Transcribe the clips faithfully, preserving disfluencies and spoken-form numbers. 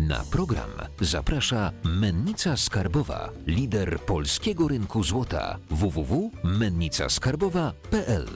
Na program zaprasza Mennica Skarbowa, lider polskiego rynku złota. w w w kropka mennica skarbowa kropka p l.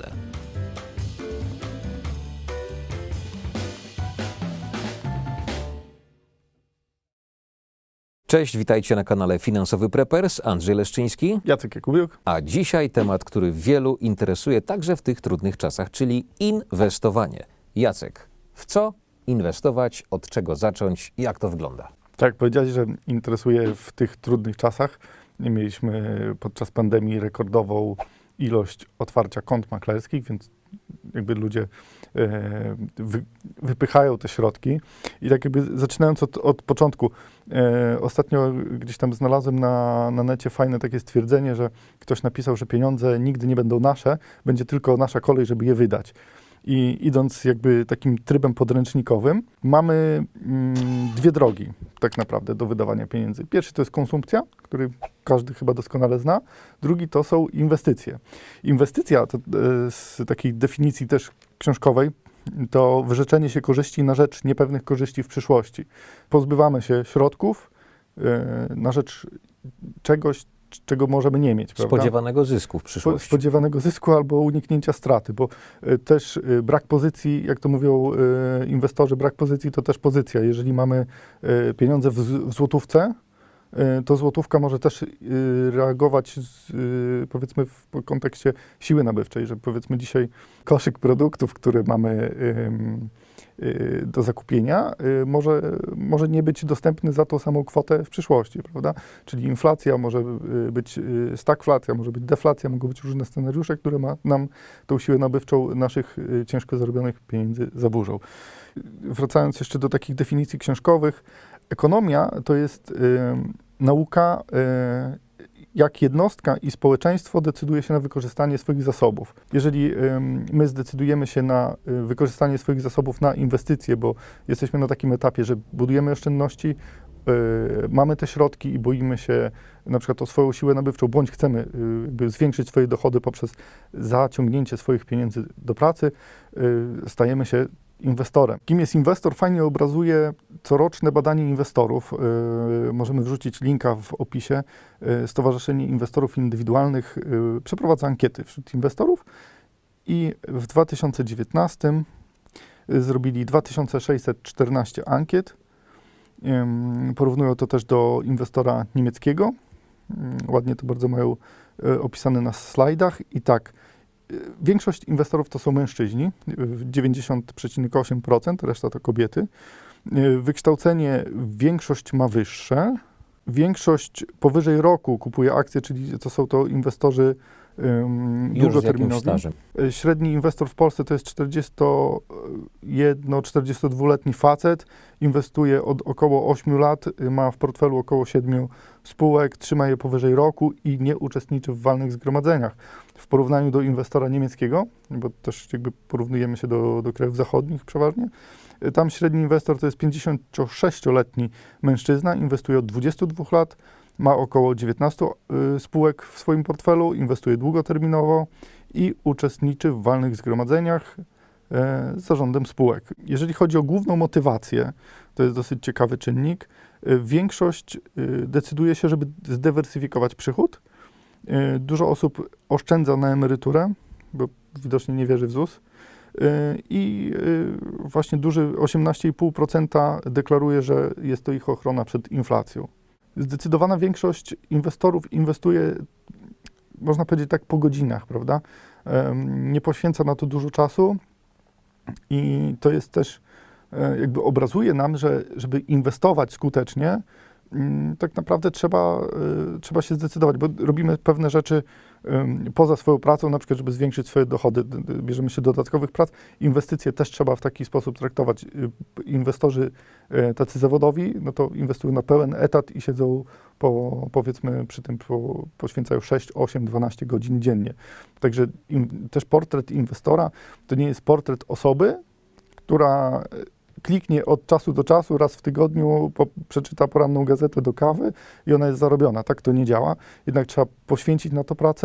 Cześć, witajcie na kanale Finansowy Preppers. Andrzej Leszczyński. Jacek Jakubiuk. A dzisiaj temat, który wielu interesuje także w tych trudnych czasach, czyli inwestowanie. Jacek, w co inwestować, od czego zacząć, jak to wygląda? Tak, powiedziałeś, że interesuje w tych trudnych czasach. Mieliśmy podczas pandemii rekordową ilość otwarcia kont maklerskich, więc jakby ludzie e, wy, wypychają te środki. I tak jakby zaczynając od, od początku, e, ostatnio gdzieś tam znalazłem na, na necie fajne takie stwierdzenie, że ktoś napisał, że pieniądze nigdy nie będą nasze, będzie tylko nasza kolej, żeby je wydać. I idąc jakby takim trybem podręcznikowym, mamy mm, dwie drogi tak naprawdę do wydawania pieniędzy. Pierwszy to jest konsumpcja, który każdy chyba doskonale zna. Drugi to są inwestycje. Inwestycja to e, z takiej definicji też książkowej to wyrzeczenie się korzyści na rzecz niepewnych korzyści w przyszłości. Pozbywamy się środków e, na rzecz czegoś, czego możemy nie mieć, prawda? Spodziewanego zysku w przyszłości. Spodziewanego zysku albo uniknięcia straty, bo y, też y, brak pozycji, jak to mówią y, inwestorzy, brak pozycji to też pozycja. Jeżeli mamy y, pieniądze w, w złotówce, y, to złotówka może też y, reagować z, y, powiedzmy w kontekście siły nabywczej, że powiedzmy dzisiaj koszyk produktów, który mamy y, do zakupienia, może, może nie być dostępny za tą samą kwotę w przyszłości, prawda? Czyli inflacja może być stagflacja, może być deflacja, mogą być różne scenariusze, które ma, nam tą siłę nabywczą naszych ciężko zarobionych pieniędzy zaburzą. Wracając jeszcze do takich definicji książkowych, ekonomia to jest y, nauka y, jak jednostka i społeczeństwo decyduje się na wykorzystanie swoich zasobów. Jeżeli y, my zdecydujemy się na y, wykorzystanie swoich zasobów na inwestycje, bo jesteśmy na takim etapie, że budujemy oszczędności, y, mamy te środki i boimy się na przykład o swoją siłę nabywczą, bądź chcemy y, jakby zwiększyć swoje dochody poprzez zaciągnięcie swoich pieniędzy do pracy, y, stajemy się inwestorem. Kim jest inwestor? Fajnie obrazuje coroczne badanie inwestorów. Yy, możemy wrzucić linka w opisie. Yy, Stowarzyszenie Inwestorów Indywidualnych yy, przeprowadza ankiety wśród inwestorów i w dwa tysiące dziewiętnastym yy, zrobili dwa tysiące sześćset czternaście ankiet. Yy, porównują to też do inwestora niemieckiego. Yy, ładnie to bardzo mają yy, opisane na slajdach. I tak, większość inwestorów to są mężczyźni, dziewięćdziesiąt przecinek osiem procent, reszta to kobiety. Wykształcenie większość ma wyższe. Większość powyżej roku kupuje akcje, czyli to są to inwestorzy um, długoterminowi. Średni inwestor w Polsce to jest czterdziestodwuletni facet, inwestuje od około ośmiu lat, ma w portfelu około siedmiu spółek, trzyma je powyżej roku i nie uczestniczy w walnych zgromadzeniach. W porównaniu do inwestora niemieckiego, bo też jakby porównujemy się do, do krajów zachodnich przeważnie, tam średni inwestor to jest pięćdziesięciosześcioletni mężczyzna, inwestuje od dwudziestu dwóch lat, ma około dziewiętnastu y, spółek w swoim portfelu, inwestuje długoterminowo i uczestniczy w walnych zgromadzeniach y, z zarządem spółek. Jeżeli chodzi o główną motywację, to jest dosyć ciekawy czynnik, y, większość y, decyduje się, żeby zdywersyfikować przychód. Y, dużo osób oszczędza na emeryturę, bo widocznie nie wierzy w ZUS. I właśnie duży osiemnaście i pół procent deklaruje, że jest to ich ochrona przed inflacją. Zdecydowana większość inwestorów inwestuje, można powiedzieć tak, po godzinach, prawda? Nie poświęca na to dużo czasu i to jest też, jakby obrazuje nam, że żeby inwestować skutecznie, tak naprawdę trzeba, trzeba się zdecydować, bo robimy pewne rzeczy poza swoją pracą, na przykład, żeby zwiększyć swoje dochody, bierzemy się do dodatkowych prac. Inwestycje też trzeba w taki sposób traktować. Inwestorzy tacy zawodowi, no to inwestują na pełen etat i siedzą po, powiedzmy przy tym po, poświęcają sześć, osiem, dwanaście godzin dziennie. Także in, też portret inwestora to nie jest portret osoby, która kliknie od czasu do czasu, raz w tygodniu, po, przeczyta poranną gazetę do kawy i ona jest zarobiona. Tak to nie działa. Jednak trzeba poświęcić na to pracę,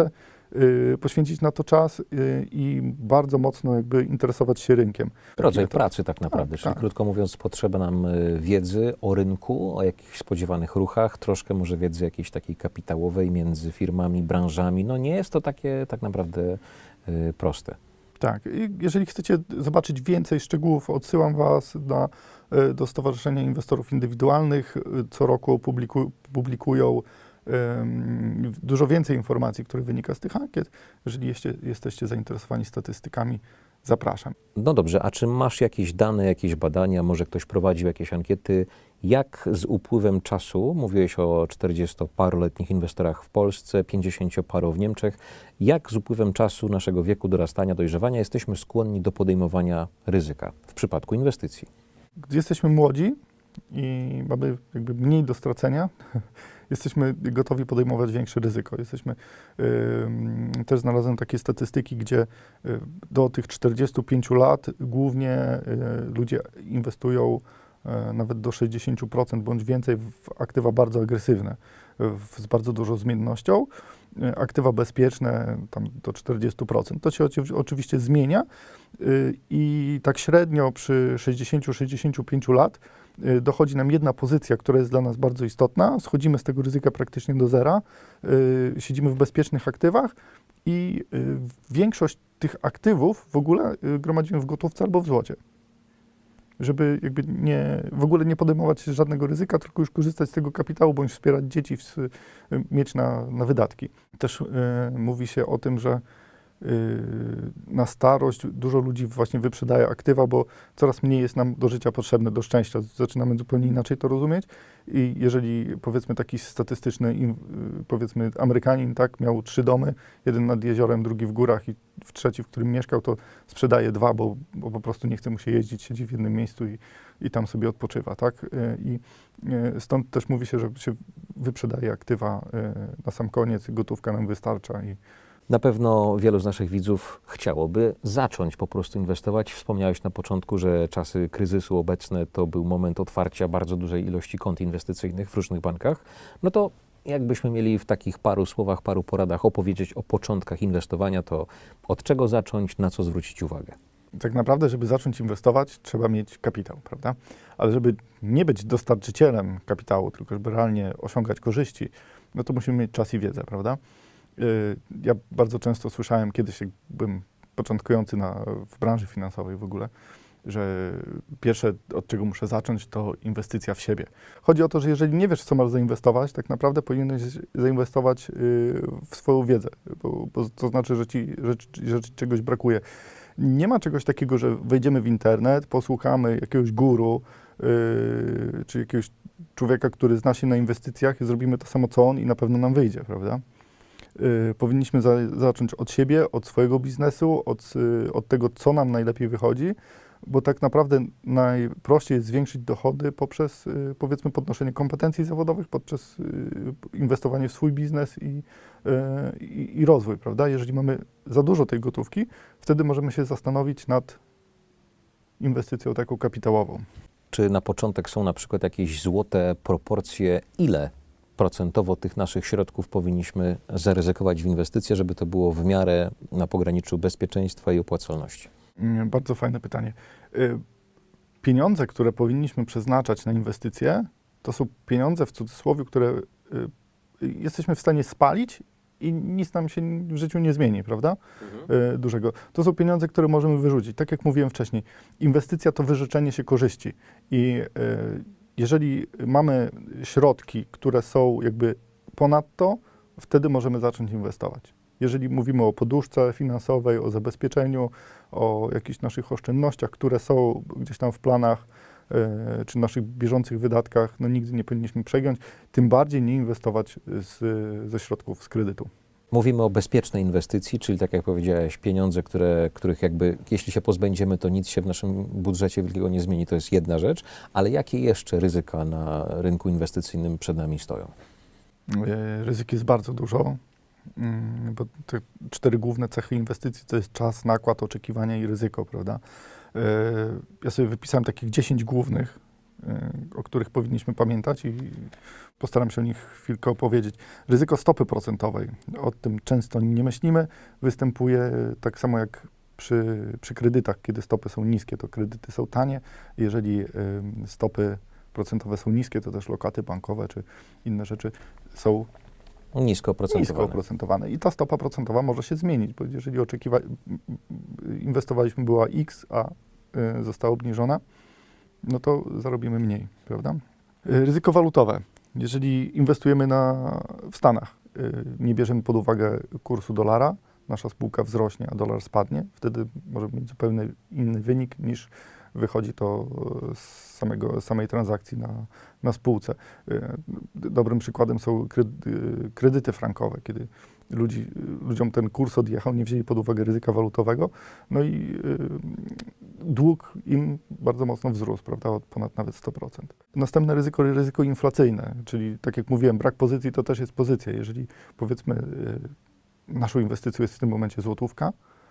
y, poświęcić na to czas y, i bardzo mocno jakby interesować się rynkiem. Rodzaj to, pracy tak naprawdę, tak, czyli tak. krótko mówiąc potrzeba nam y, wiedzy o rynku, o jakichś spodziewanych ruchach, troszkę może wiedzy jakiejś takiej kapitałowej między firmami, branżami. No nie jest to takie tak naprawdę y, proste. Tak, i jeżeli chcecie zobaczyć więcej szczegółów, odsyłam Was na, y, do Stowarzyszenia Inwestorów Indywidualnych. Y, Co roku publiku, publikują ym, dużo więcej informacji, które wynika z tych ankiet. Jeżeli jeście, jesteście zainteresowani statystykami, zapraszam. No dobrze, a czy masz jakieś dane, jakieś badania, może ktoś prowadził jakieś ankiety, jak z upływem czasu, mówiłeś o czterdziestoparoletnich inwestorach w Polsce, pięćdziesięcioparu w Niemczech, jak z upływem czasu naszego wieku dorastania, dojrzewania jesteśmy skłonni do podejmowania ryzyka w przypadku inwestycji? Gdy jesteśmy młodzi i mamy jakby mniej do stracenia, jesteśmy gotowi podejmować większe ryzyko. Jesteśmy, yy, też znalazłem takie statystyki, gdzie yy, do tych czterdziestu pięciu lat głównie yy, ludzie inwestują yy, nawet do sześćdziesięciu procent bądź więcej w aktywa bardzo agresywne, w, z bardzo dużą zmiennością. Yy, aktywa bezpieczne tam do czterdziestu procent. To się oci- oczywiście zmienia yy, i tak średnio przy sześćdziesięciu do sześćdziesięciu pięciu lat dochodzi nam jedna pozycja, która jest dla nas bardzo istotna, schodzimy z tego ryzyka praktycznie do zera, yy, siedzimy w bezpiecznych aktywach i yy, większość tych aktywów w ogóle yy, gromadzimy w gotówce albo w złocie. Żeby jakby nie, w ogóle nie podejmować żadnego ryzyka, tylko już korzystać z tego kapitału, bądź wspierać dzieci, w, yy, mieć na, na wydatki. Też yy, mówi się o tym, że na starość dużo ludzi właśnie wyprzedaje aktywa, bo coraz mniej jest nam do życia potrzebne, do szczęścia. Zaczynamy zupełnie inaczej to rozumieć i jeżeli powiedzmy taki statystyczny, powiedzmy Amerykanin, tak, miał trzy domy, jeden nad jeziorem, drugi w górach i w trzeci, w którym mieszkał, to sprzedaje dwa, bo, bo po prostu nie chce mu się jeździć, siedzi w jednym miejscu i, i tam sobie odpoczywa, tak. I stąd też mówi się, że się wyprzedaje aktywa na sam koniec, gotówka nam wystarcza i Na pewno wielu z naszych widzów chciałoby zacząć po prostu inwestować. Wspomniałeś na początku, że czasy kryzysu obecne to był moment otwarcia bardzo dużej ilości kont inwestycyjnych w różnych bankach. No to jakbyśmy mieli w takich paru słowach, paru poradach opowiedzieć o początkach inwestowania, to od czego zacząć, na co zwrócić uwagę? Tak naprawdę, żeby zacząć inwestować, trzeba mieć kapitał, prawda? Ale żeby nie być dostarczycielem kapitału, tylko żeby realnie osiągać korzyści, no to musimy mieć czas i wiedzę, prawda? Ja bardzo często słyszałem, kiedyś jak byłem początkujący na, w branży finansowej w ogóle, że pierwsze, od czego muszę zacząć, to inwestycja w siebie. Chodzi o to, że jeżeli nie wiesz, w co masz zainwestować, tak naprawdę powinieneś zainwestować w swoją wiedzę, bo, bo to znaczy, że ci, że, że ci czegoś brakuje. Nie ma czegoś takiego, że wejdziemy w internet, posłuchamy jakiegoś guru, yy, czy jakiegoś człowieka, który zna się na inwestycjach i zrobimy to samo, co on i na pewno nam wyjdzie, prawda? Yy, powinniśmy za, zacząć od siebie, od swojego biznesu, od, yy, od tego, co nam najlepiej wychodzi, bo tak naprawdę najprościej jest zwiększyć dochody poprzez, yy, powiedzmy, podnoszenie kompetencji zawodowych, poprzez yy, inwestowanie w swój biznes i, yy, i, i rozwój, prawda? Jeżeli mamy za dużo tej gotówki, wtedy możemy się zastanowić nad inwestycją taką kapitałową. Czy na początek są na przykład jakieś złote proporcje, ile procentowo tych naszych środków powinniśmy zaryzykować w inwestycje, żeby to było w miarę na pograniczu bezpieczeństwa i opłacalności? Bardzo fajne pytanie. Pieniądze, które powinniśmy przeznaczać na inwestycje, to są pieniądze w cudzysłowie, które jesteśmy w stanie spalić i nic nam się w życiu nie zmieni, prawda? Mhm. Dużego. To są pieniądze, które możemy wyrzucić. Tak jak mówiłem wcześniej, inwestycja to wyrzeczenie się korzyści i jeżeli mamy środki, które są jakby ponadto, wtedy możemy zacząć inwestować. Jeżeli mówimy o poduszce finansowej, o zabezpieczeniu, o jakichś naszych oszczędnościach, które są gdzieś tam w planach, yy, czy naszych bieżących wydatkach, no nigdy nie powinniśmy przegiąć, tym bardziej nie inwestować z, ze środków z kredytu. Mówimy o bezpiecznej inwestycji, czyli tak jak powiedziałeś, pieniądze, które, których jakby, jeśli się pozbędziemy, to nic się w naszym budżecie wielkiego nie zmieni, to jest jedna rzecz, ale jakie jeszcze ryzyka na rynku inwestycyjnym przed nami stoją? Yy, ryzyk jest bardzo dużo, yy, bo te cztery główne cechy inwestycji to jest czas, nakład, oczekiwania i ryzyko, prawda? Yy, ja sobie wypisałem takich dziesięć głównych o których powinniśmy pamiętać i postaram się o nich chwilkę opowiedzieć. Ryzyko stopy procentowej, o tym często nie myślimy, występuje tak samo jak przy, przy kredytach, kiedy stopy są niskie, to kredyty są tanie. Jeżeli stopy procentowe są niskie, to też lokaty bankowe czy inne rzeczy są nisko oprocentowane. nisko oprocentowane. I ta stopa procentowa może się zmienić, bo jeżeli oczekiwa... inwestowaliśmy była X, a y, została obniżona, no to zarobimy mniej, prawda? Y, ryzyko walutowe. Jeżeli inwestujemy na, w Stanach, y, nie bierzemy pod uwagę kursu dolara, nasza spółka wzrośnie, a dolar spadnie, wtedy może mieć zupełnie inny wynik niż wychodzi to z samego, samej transakcji na, na spółce. Dobrym przykładem są kredyty frankowe, kiedy ludzi, ludziom ten kurs odjechał, nie wzięli pod uwagę ryzyka walutowego, no i dług im bardzo mocno wzrósł, prawda, od ponad nawet sto procent. Następne ryzyko, ryzyko inflacyjne, czyli tak jak mówiłem, brak pozycji to też jest pozycja. Jeżeli powiedzmy naszą inwestycją jest w tym momencie złotówka,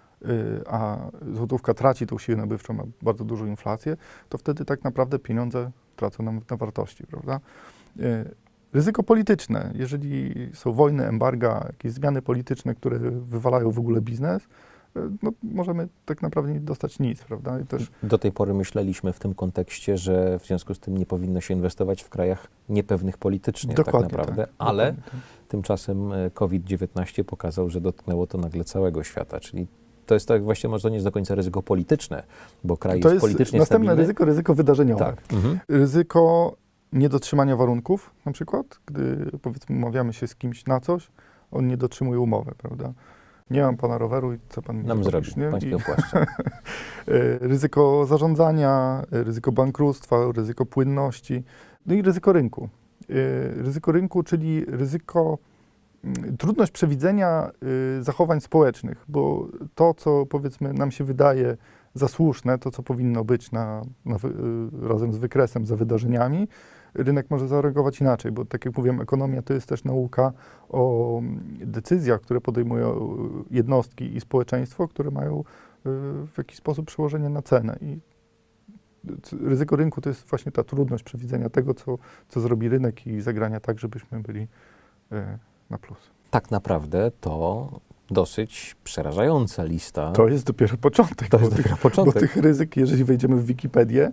a złotówka traci tą siłę nabywczą, ma bardzo dużą inflację, to wtedy tak naprawdę pieniądze tracą nam na wartości, prawda? Ryzyko polityczne. Jeżeli są wojny, embarga, jakieś zmiany polityczne, które wywalają w ogóle biznes, no możemy tak naprawdę nie dostać nic, prawda? I też do tej pory myśleliśmy w tym kontekście, że w związku z tym nie powinno się inwestować w krajach niepewnych politycznie, dokładnie tak naprawdę, tak, ale dokładnie tak. Tymczasem COVID dziewiętnaście pokazał, że dotknęło to nagle całego świata, czyli to jest tak właściwie może to nie jest do końca ryzyko polityczne, bo kraj to jest, jest politycznie następne stabilny. ryzyko, ryzyko wydarzeniowe. Tak. Mhm. Ryzyko niedotrzymania warunków, na przykład, gdy powiedzmy umawiamy się z kimś na coś, on nie dotrzymuje umowy, prawda? Nie mam pana roweru i co pan mi Nam zrobisz, zrobi, nie? pańskie I opłaszcza. ryzyko zarządzania, ryzyko bankructwa, ryzyko płynności, no i ryzyko rynku. Ryzyko rynku, czyli ryzyko, trudność przewidzenia zachowań społecznych, bo to, co powiedzmy nam się wydaje za słuszne, to, co powinno być na, na, razem z wykresem za wydarzeniami, rynek może zareagować inaczej, bo tak jak mówiłem, ekonomia to jest też nauka o decyzjach, które podejmują jednostki i społeczeństwo, które mają w jakiś sposób przełożenie na cenę. I ryzyko rynku to jest właśnie ta trudność przewidzenia tego, co, co zrobi rynek i zagrania tak, żebyśmy byli na plus. Tak naprawdę to dosyć przerażająca lista. To jest dopiero początek. To jest bo dopiero tych, początek. Bo tych ryzyk, jeżeli wejdziemy w Wikipedię,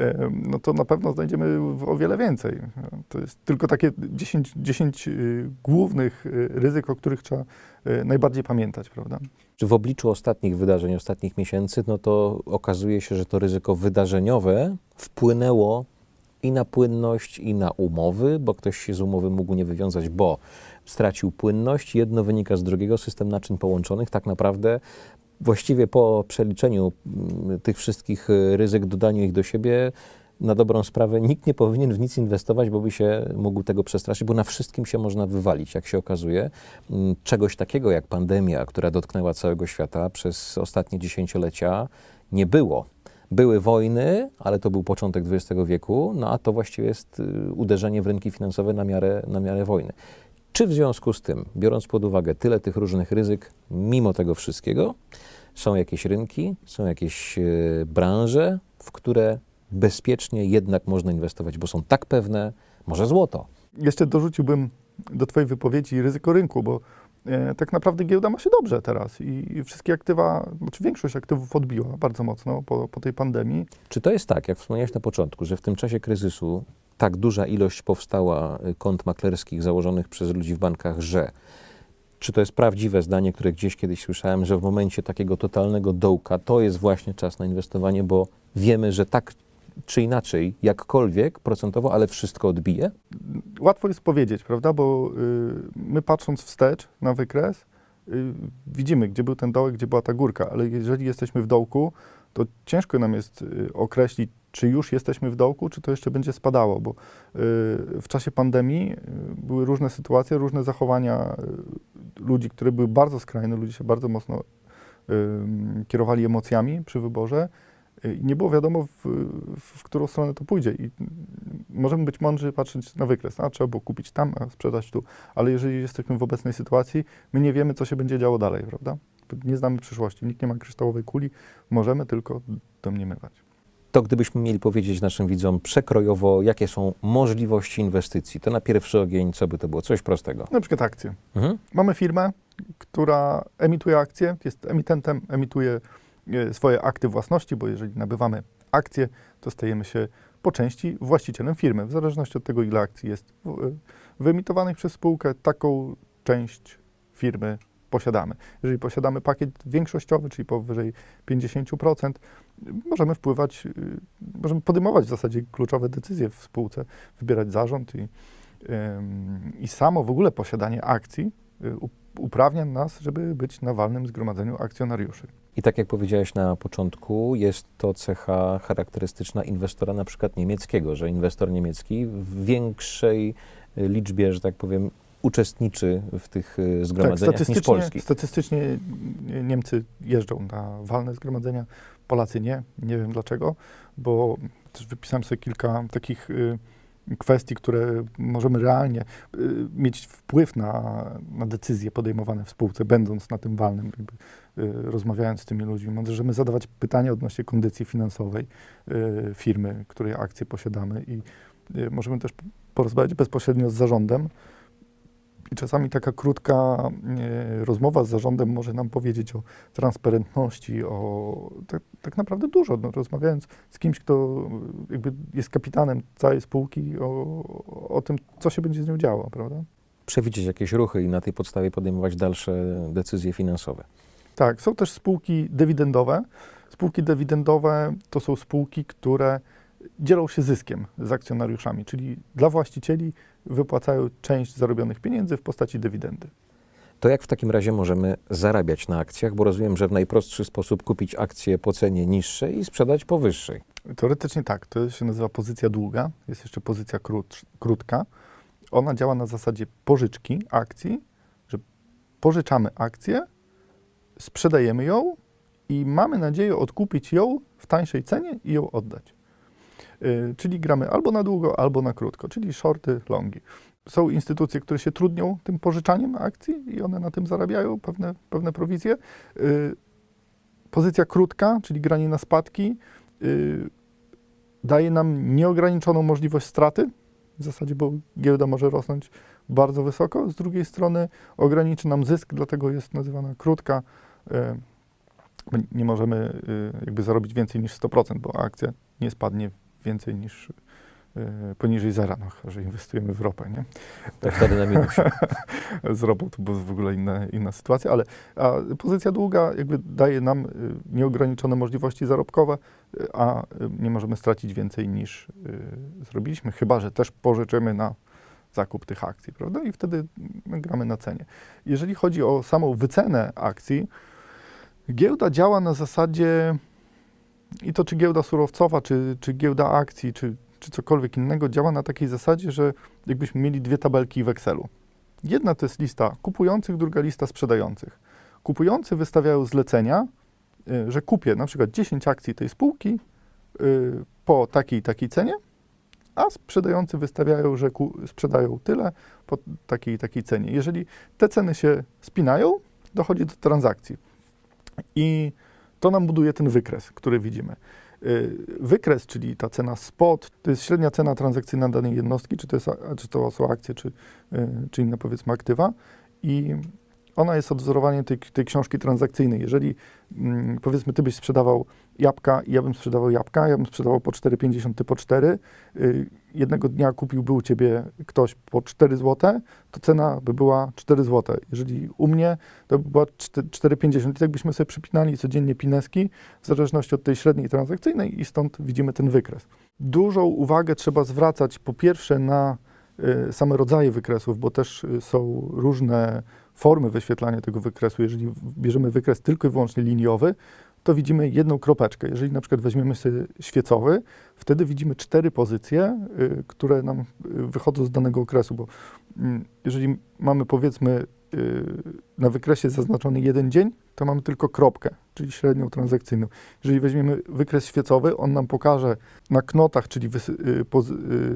no to na pewno znajdziemy o wiele więcej. To jest tylko takie dziesięć, dziesięć głównych ryzyk, o których trzeba najbardziej pamiętać, prawda? Czy w obliczu ostatnich wydarzeń, ostatnich miesięcy, no to okazuje się, że to ryzyko wydarzeniowe wpłynęło i na płynność, i na umowy, bo ktoś się z umowy mógł nie wywiązać, bo stracił płynność. Jedno wynika z drugiego, system naczyń połączonych. Tak naprawdę właściwie po przeliczeniu tych wszystkich ryzyk, dodaniu ich do siebie, na dobrą sprawę nikt nie powinien w nic inwestować, bo by się mógł tego przestraszyć, bo na wszystkim się można wywalić, jak się okazuje. Czegoś takiego jak pandemia, która dotknęła całego świata przez ostatnie dziesięciolecia, nie było. Były wojny, ale to był początek dwudziestego wieku, no a to właściwie jest uderzenie w rynki finansowe na miarę, na miarę wojny. Czy w związku z tym, biorąc pod uwagę tyle tych różnych ryzyk, mimo tego wszystkiego, są jakieś rynki, są jakieś e, branże, w które bezpiecznie jednak można inwestować, bo są tak pewne, może złoto? Jeszcze dorzuciłbym do twojej wypowiedzi ryzyko rynku, bo e, tak naprawdę giełda ma się dobrze teraz i, i wszystkie aktywa, znaczy większość aktywów odbiła bardzo mocno po, po tej pandemii. Czy to jest tak, jak wspomniałeś na początku, że w tym czasie kryzysu tak duża ilość powstała kont maklerskich założonych przez ludzi w bankach, że czy to jest prawdziwe zdanie, które gdzieś kiedyś słyszałem, że w momencie takiego totalnego dołka to jest właśnie czas na inwestowanie, bo wiemy, że tak czy inaczej, jakkolwiek procentowo, ale wszystko odbije? Łatwo jest powiedzieć, prawda, bo y, my patrząc wstecz na wykres, y, widzimy, gdzie był ten dołek, gdzie była ta górka, ale jeżeli jesteśmy w dołku, to ciężko nam jest y, określić, czy już jesteśmy w dołku, czy to jeszcze będzie spadało, bo y, w czasie pandemii y, były różne sytuacje, różne zachowania y, ludzi, które były bardzo skrajne, ludzie się bardzo mocno y, kierowali emocjami przy wyborze i nie było wiadomo, w, w którą stronę to pójdzie. I możemy być mądrzy, patrzeć na wykres, a trzeba było kupić tam, a sprzedać tu, ale jeżeli jesteśmy w obecnej sytuacji, my nie wiemy, co się będzie działo dalej, prawda? Nie znamy przyszłości, nikt nie ma kryształowej kuli, możemy tylko domniemywać. To gdybyśmy mieli powiedzieć naszym widzom przekrojowo, jakie są możliwości inwestycji, to na pierwszy ogień co by to było? Coś prostego. Na przykład akcje. Mhm. Mamy firmę, która emituje akcje, jest emitentem, emituje e, swoje akty własności, bo jeżeli nabywamy akcje, to stajemy się po części właścicielem firmy. W zależności od tego, ile akcji jest w, e, wyemitowanych przez spółkę, taką część firmy posiadamy. Jeżeli posiadamy pakiet większościowy, czyli powyżej pięćdziesiąt procent, możemy wpływać, y, możemy podejmować w zasadzie kluczowe decyzje w spółce, wybierać zarząd i, ym, i samo w ogóle posiadanie akcji y, uprawnia nas, żeby być na walnym zgromadzeniu akcjonariuszy. I tak jak powiedziałeś na początku, jest to cecha charakterystyczna inwestora na przykład niemieckiego, że inwestor niemiecki w większej liczbie, że tak powiem, uczestniczy w tych zgromadzeniach tak, niż Polski. Statystycznie Niemcy jeżdżą na walne zgromadzenia, Polacy nie. Nie wiem dlaczego, bo też wypisałem sobie kilka takich y, kwestii, które możemy realnie y, mieć wpływ na, na decyzje podejmowane w spółce, będąc na tym walnym, jakby, y, rozmawiając z tymi ludźmi. Możemy zadawać pytania odnośnie kondycji finansowej y, firmy, której akcje posiadamy i y, możemy też porozmawiać bezpośrednio z zarządem. I czasami taka krótka e, rozmowa z zarządem może nam powiedzieć o transparentności, o tak, tak naprawdę dużo. No, rozmawiając z kimś, kto jakby jest kapitanem całej spółki, o, o tym, co się będzie z nią działo, prawda? Przewidzieć jakieś ruchy i na tej podstawie podejmować dalsze decyzje finansowe. Tak, są też spółki dywidendowe. Spółki dywidendowe to są spółki, które dzielą się zyskiem z akcjonariuszami, czyli dla właścicieli wypłacają część zarobionych pieniędzy w postaci dywidendy. To jak w takim razie możemy zarabiać na akcjach? Bo rozumiem, że w najprostszy sposób kupić akcje po cenie niższej i sprzedać po wyższej. Teoretycznie tak, to się nazywa pozycja długa, jest jeszcze pozycja krót, krótka. Ona działa na zasadzie pożyczki akcji, że pożyczamy akcję, sprzedajemy ją i mamy nadzieję odkupić ją w tańszej cenie i ją oddać. Yy, czyli gramy albo na długo, albo na krótko, czyli shorty, longi. Są instytucje, które się trudnią tym pożyczaniem akcji i one na tym zarabiają pewne, pewne prowizje. Yy, pozycja krótka, czyli granie na spadki, yy, daje nam nieograniczoną możliwość straty, w zasadzie, bo giełda może rosnąć bardzo wysoko. Z drugiej strony ograniczy nam zysk, dlatego jest nazywana krótka. Yy, nie możemy yy, jakby zarobić więcej niż sto procent, bo akcja nie spadnie więcej niż yy, poniżej zera, no, chyba że inwestujemy w ropę, nie? To wtedy na minusie. Z ropą to była w ogóle inna, inna sytuacja, ale a pozycja długa jakby daje nam y, nieograniczone możliwości zarobkowe, y, a y, nie możemy stracić więcej niż y, zrobiliśmy, chyba że też pożyczymy na zakup tych akcji, prawda? I wtedy y, gramy na cenie. Jeżeli chodzi o samą wycenę akcji, giełda działa na zasadzie, i to czy giełda surowcowa, czy, czy giełda akcji, czy, czy cokolwiek innego, działa na takiej zasadzie, że jakbyśmy mieli dwie tabelki w Excelu. Jedna to jest lista kupujących, druga lista sprzedających. Kupujący wystawiają zlecenia, y, że kupię na przykład dziesięć akcji tej spółki y, po takiej i takiej cenie, a sprzedający wystawiają, że ku, sprzedają tyle po takiej i takiej cenie. Jeżeli te ceny się spinają, dochodzi do transakcji. I to nam buduje ten wykres, który widzimy. Wykres, czyli ta cena spot, to jest średnia cena transakcyjna danej jednostki, czy to, jest, czy to są akcje, czy, czy inne powiedzmy aktywa. I ona jest odwzorowaniem tej, tej książki transakcyjnej. Jeżeli powiedzmy ty byś sprzedawał jabłka i ja bym sprzedawał jabłka, ja bym sprzedawał po cztery pięćdziesiąt, ty po cztery, jednego dnia kupiłby u ciebie ktoś po cztery złote, to cena by była cztery złote. Jeżeli u mnie, to by była cztery pięćdziesiąt. I tak byśmy sobie przypinali codziennie pineski w zależności od tej średniej transakcyjnej i stąd widzimy ten wykres. Dużą uwagę trzeba zwracać po pierwsze na y, same rodzaje wykresów, bo też y, są różne formy wyświetlania tego wykresu. Jeżeli bierzemy wykres tylko i wyłącznie liniowy, to widzimy jedną kropeczkę. Jeżeli na przykład weźmiemy sobie świecowy, wtedy widzimy cztery pozycje, y, które nam y, wychodzą z danego okresu, bo y, jeżeli mamy powiedzmy y, na wykresie zaznaczony jeden dzień, to mamy tylko kropkę, czyli średnią transakcyjną. Jeżeli weźmiemy wykres świecowy, on nam pokaże na knotach, czyli wysy, y, poz, y,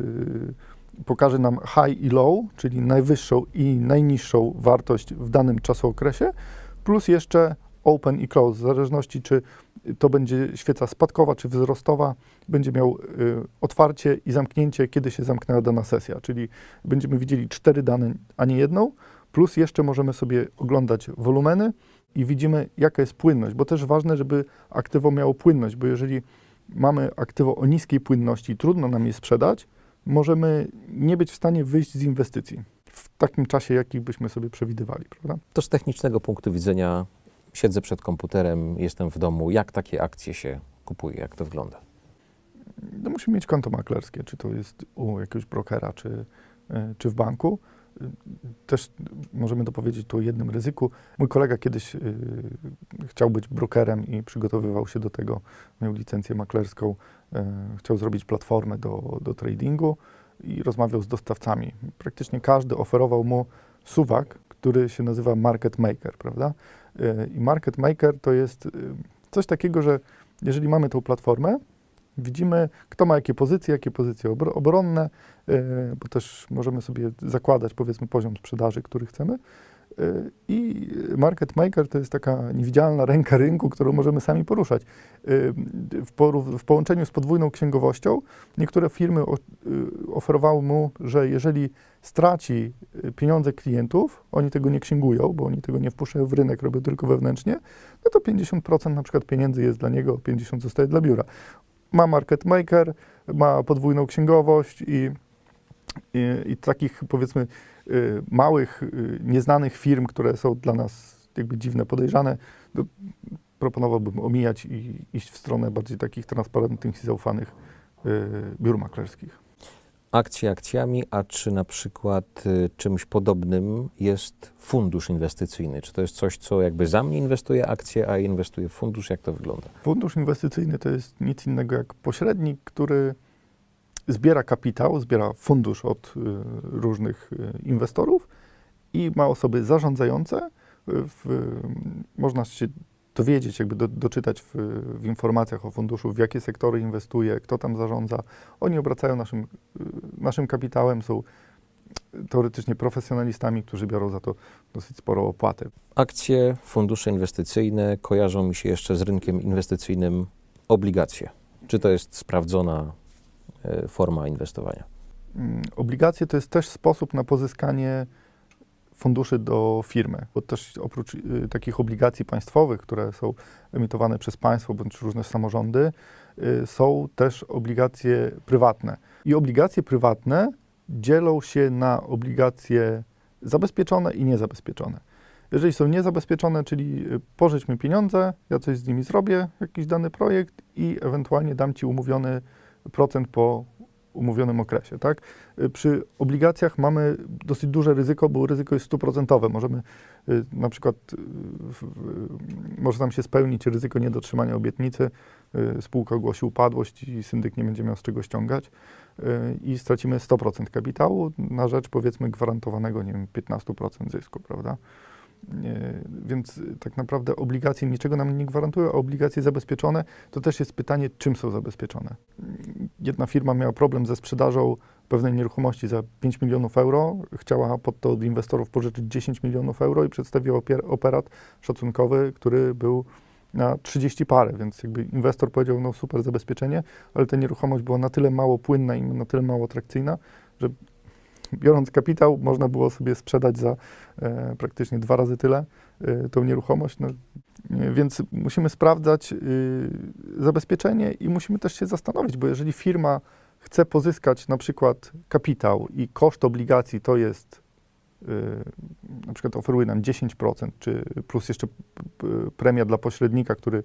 pokaże nam high i low, czyli najwyższą i najniższą wartość w danym czasookresie, plus jeszcze open i close, w zależności czy to będzie świeca spadkowa czy wzrostowa, będzie miał y, otwarcie i zamknięcie, kiedy się zamknęła dana sesja, czyli będziemy widzieli cztery dane, a nie jedną, plus jeszcze możemy sobie oglądać wolumeny i widzimy, jaka jest płynność, bo też ważne, żeby aktywo miało płynność, bo jeżeli mamy aktywo o niskiej płynności, trudno nam je sprzedać, możemy nie być w stanie wyjść z inwestycji w takim czasie, jaki byśmy sobie przewidywali, prawda? To z technicznego punktu widzenia siedzę przed komputerem, jestem w domu. Jak takie akcje się kupuje? Jak to wygląda? No, musimy mieć konto maklerskie, czy to jest u jakiegoś brokera, czy, czy w banku. Też możemy dopowiedzieć tu o jednym ryzyku. Mój kolega kiedyś y, chciał być brokerem i przygotowywał się do tego, miał licencję maklerską, y, chciał zrobić platformę do, do tradingu i rozmawiał z dostawcami. Praktycznie każdy oferował mu suwak, który się nazywa market maker, prawda? Y, I market maker to jest y, coś takiego, że jeżeli mamy tą platformę, widzimy, kto ma jakie pozycje, jakie pozycje obro- obronne, yy, bo też możemy sobie zakładać, powiedzmy, poziom sprzedaży, który chcemy. Yy, I market maker to jest taka niewidzialna ręka rynku, którą możemy sami poruszać. Yy, w, porów- w połączeniu z podwójną księgowością niektóre firmy o, yy, oferowały mu, że jeżeli straci pieniądze klientów, oni tego nie księgują, bo oni tego nie wpuszczają w rynek, robią tylko wewnętrznie, no to pięćdziesiąt procent na przykład pieniędzy jest dla niego, pięćdziesiąt procent zostaje dla biura. Ma market maker, ma podwójną księgowość i, i, i takich, powiedzmy, y, małych, y, nieznanych firm, które są dla nas jakby dziwne, podejrzane, to proponowałbym omijać i iść w stronę bardziej takich transparentnych i zaufanych y, biur maklerskich. Akcje akcjami, a czy na przykład y, czymś podobnym jest fundusz inwestycyjny? Czy to jest coś, co jakby za mnie inwestuje akcje, a inwestuje w fundusz? Jak to wygląda? Fundusz inwestycyjny to jest nic innego jak pośrednik, który zbiera kapitał, zbiera fundusz od y, różnych y, inwestorów i ma osoby zarządzające. W, y, można się dowiedzieć, jakby do, doczytać w, w informacjach o funduszu, w jakie sektory inwestuje, kto tam zarządza. Oni obracają naszym, y, naszym kapitałem, są teoretycznie profesjonalistami, którzy biorą za to dosyć sporą opłatę. Akcje, fundusze inwestycyjne kojarzą mi się jeszcze z rynkiem inwestycyjnym obligacje. Czy to jest sprawdzona y, forma inwestowania? Mm, Obligacje to jest też sposób na pozyskanie funduszy do firmy, bo też oprócz y, takich obligacji państwowych, które są emitowane przez państwo bądź różne samorządy, y, są też obligacje prywatne. I obligacje prywatne dzielą się na obligacje zabezpieczone i niezabezpieczone. Jeżeli są niezabezpieczone, czyli y, pożycz mi pieniądze, ja coś z nimi zrobię, jakiś dany projekt i ewentualnie dam ci umówiony procent po umówionym okresie, tak? Przy obligacjach mamy dosyć duże ryzyko, bo ryzyko jest stuprocentowe. Możemy y, na przykład, y, w, y, może nam się spełnić ryzyko niedotrzymania obietnicy, y, spółka ogłosi upadłość i syndyk nie będzie miał z czego ściągać y, i stracimy sto procent kapitału na rzecz, powiedzmy, gwarantowanego, nie wiem, piętnaście procent zysku, prawda? Nie, więc tak naprawdę obligacje niczego nam nie gwarantują, a obligacje zabezpieczone to też jest pytanie, czym są zabezpieczone. Jedna firma miała problem ze sprzedażą pewnej nieruchomości za pięć milionów euro, chciała pod to od inwestorów pożyczyć dziesięć milionów euro i przedstawiła operat szacunkowy, który był na trzydzieści parę, więc jakby inwestor powiedział, no super zabezpieczenie, ale ta nieruchomość była na tyle mało płynna i na tyle mało atrakcyjna, że biorąc kapitał, można było sobie sprzedać za e, praktycznie dwa razy tyle e, tą nieruchomość. No, nie, więc musimy sprawdzać y, zabezpieczenie i musimy też się zastanowić, bo jeżeli firma chce pozyskać na przykład kapitał i koszt obligacji to jest, y, na przykład oferuje nam dziesięć procent, czy plus jeszcze p- p- premia dla pośrednika, który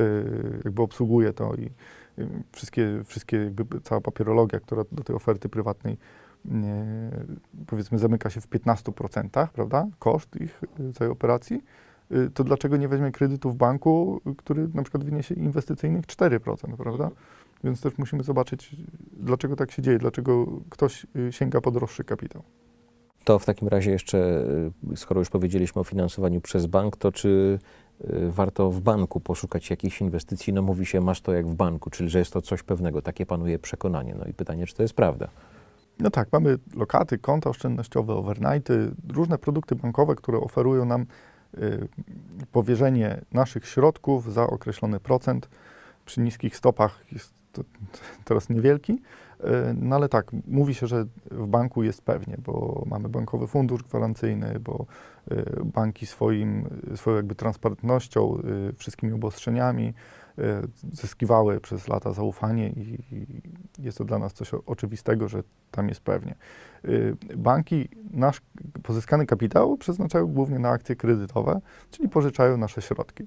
y, jakby obsługuje to i y, wszystkie, wszystkie jakby cała papierologia, która do tej oferty prywatnej Nie, powiedzmy zamyka się w piętnastu procentach, prawda, koszt ich y, całej operacji, y, to dlaczego nie weźmie kredytu w banku, który na przykład wyniesie inwestycyjnych cztery procent, prawda? Więc też musimy zobaczyć, dlaczego tak się dzieje, dlaczego ktoś y, sięga po droższy kapitał. To w takim razie jeszcze, y, skoro już powiedzieliśmy o finansowaniu przez bank, to czy y, warto w banku poszukać jakichś inwestycji? No mówi się, masz to jak w banku, czyli że jest to coś pewnego, takie panuje przekonanie. No i pytanie, czy to jest prawda? No tak, mamy lokaty, konta oszczędnościowe, overnighty, różne produkty bankowe, które oferują nam powierzenie naszych środków za określony procent przy niskich stopach jest to teraz niewielki, no ale tak, mówi się, że w banku jest pewnie, bo mamy bankowy fundusz gwarancyjny, bo banki swoim, swoją jakby transparentnością, wszystkimi obostrzeniami zyskiwały przez lata zaufanie i jest to dla nas coś oczywistego, że tam jest pewnie. Banki nasz pozyskany kapitał przeznaczają głównie na akcje kredytowe, czyli pożyczają nasze środki.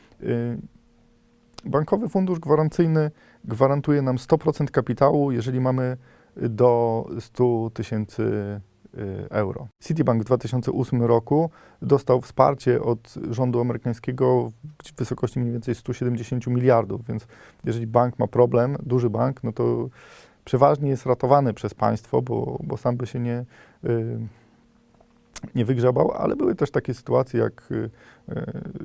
Bankowy fundusz gwarancyjny gwarantuje nam sto procent kapitału, jeżeli mamy do stu tysięcy euro. Citibank w dwa tysiące ósmym roku dostał wsparcie od rządu amerykańskiego w wysokości mniej więcej stu siedemdziesięciu miliardów, więc jeżeli bank ma problem, duży bank, no to przeważnie jest ratowany przez państwo, bo, bo sam by się nie, y, nie wygrzebał, ale były też takie sytuacje jak y, y,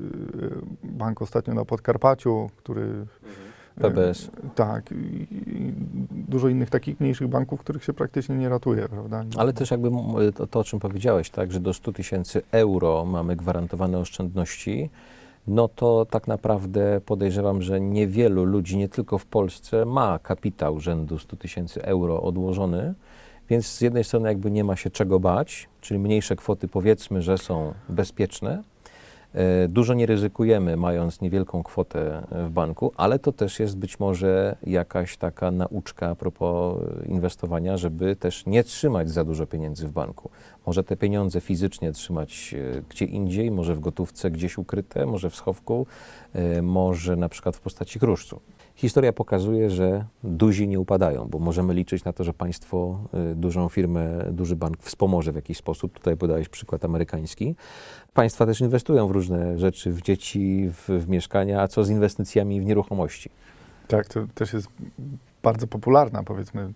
bank ostatnio na Podkarpaciu, który... P B S. Tak, i, i dużo innych takich mniejszych banków, których się praktycznie nie ratuje, prawda? Ale też jakby to, to o czym powiedziałeś, tak, że do stu tysięcy euro mamy gwarantowane oszczędności, no to tak naprawdę podejrzewam, że niewielu ludzi, nie tylko w Polsce, ma kapitał rzędu stu tysięcy euro odłożony, więc z jednej strony jakby nie ma się czego bać, czyli mniejsze kwoty powiedzmy, że są bezpieczne. Dużo nie ryzykujemy, mając niewielką kwotę w banku, ale to też jest być może jakaś taka nauczka a propos inwestowania, żeby też nie trzymać za dużo pieniędzy w banku. Może te pieniądze fizycznie trzymać gdzie indziej, może w gotówce gdzieś ukryte, może w schowku, może na przykład w postaci kruszcu. Historia pokazuje, że duzi nie upadają, bo możemy liczyć na to, że państwo dużą firmę, duży bank wspomoże w jakiś sposób. Tutaj podałeś przykład amerykański. Państwa też inwestują w różne rzeczy, w dzieci, w, w mieszkania, a co z inwestycjami w nieruchomości? Tak, to też jest bardzo popularna, powiedzmy,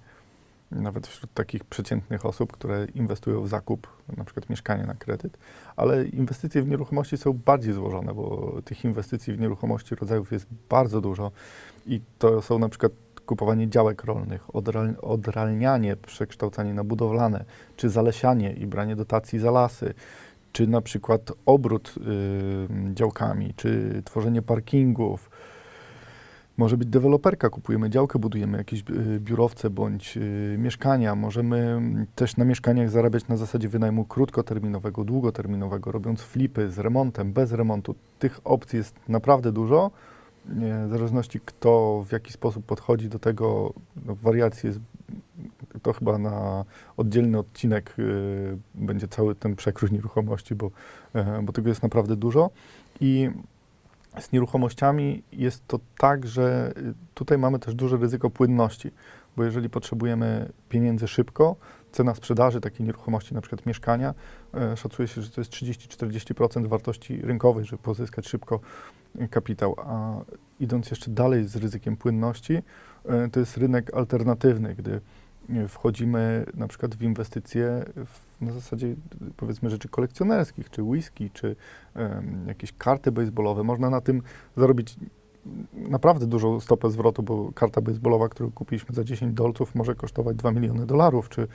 nawet wśród takich przeciętnych osób, które inwestują w zakup, na przykład mieszkanie na kredyt, ale inwestycje w nieruchomości są bardziej złożone, bo tych inwestycji w nieruchomości rodzajów jest bardzo dużo i to są na przykład kupowanie działek rolnych, odral, odralnianie, przekształcanie na budowlane, czy zalesianie i branie dotacji za lasy, czy na przykład obrót y, działkami, czy tworzenie parkingów. Może być deweloperka, kupujemy działkę, budujemy jakieś biurowce bądź y, mieszkania. Możemy też na mieszkaniach zarabiać na zasadzie wynajmu krótkoterminowego, długoterminowego, robiąc flipy z remontem, bez remontu. Tych opcji jest naprawdę dużo. Nie, w zależności kto w jaki sposób podchodzi do tego, no, wariacji jest, to chyba na oddzielny odcinek y, będzie cały ten przekrój nieruchomości, bo, y, bo tego jest naprawdę dużo. I z nieruchomościami jest to tak, że tutaj mamy też duże ryzyko płynności, bo jeżeli potrzebujemy pieniędzy szybko, cena sprzedaży takiej nieruchomości, na przykład mieszkania, e, szacuje się, że to jest trzydzieści do czterdziestu procent wartości rynkowej, żeby pozyskać szybko kapitał. A idąc jeszcze dalej z ryzykiem płynności, e, to jest rynek alternatywny, gdy wchodzimy na przykład w inwestycje w, na zasadzie powiedzmy rzeczy kolekcjonerskich, czy whisky, czy um, jakieś karty baseballowe. Można na tym zarobić naprawdę dużą stopę zwrotu, bo karta baseballowa, którą kupiliśmy za dziesięć dolców, może kosztować dwa miliony dolarów, czy,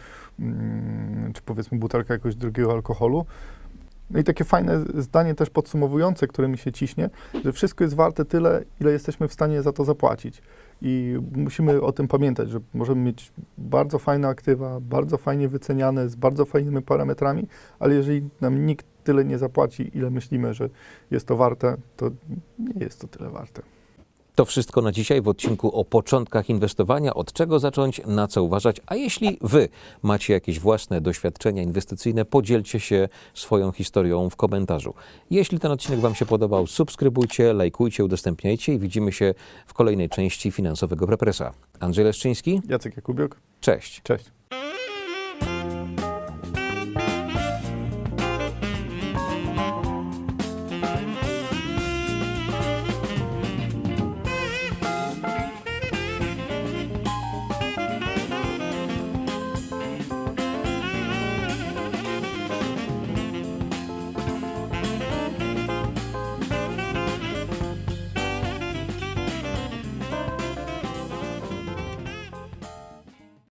um, czy powiedzmy butelka jakiegoś drugiego alkoholu. No i takie fajne zdanie też podsumowujące, które mi się ciśnie, że wszystko jest warte tyle, ile jesteśmy w stanie za to zapłacić. I musimy o tym pamiętać, że możemy mieć bardzo fajne aktywa, bardzo fajnie wyceniane, z bardzo fajnymi parametrami, ale jeżeli nam nikt tyle nie zapłaci, ile myślimy, że jest to warte, to nie jest to tyle warte. To wszystko na dzisiaj w odcinku o początkach inwestowania, od czego zacząć, na co uważać. A jeśli Wy macie jakieś własne doświadczenia inwestycyjne, podzielcie się swoją historią w komentarzu. Jeśli ten odcinek Wam się podobał, subskrybujcie, lajkujcie, udostępniajcie i widzimy się w kolejnej części Finansowego Prepresa. Andrzej Leszczyński. Jacek Jakubiuk. Cześć. Cześć.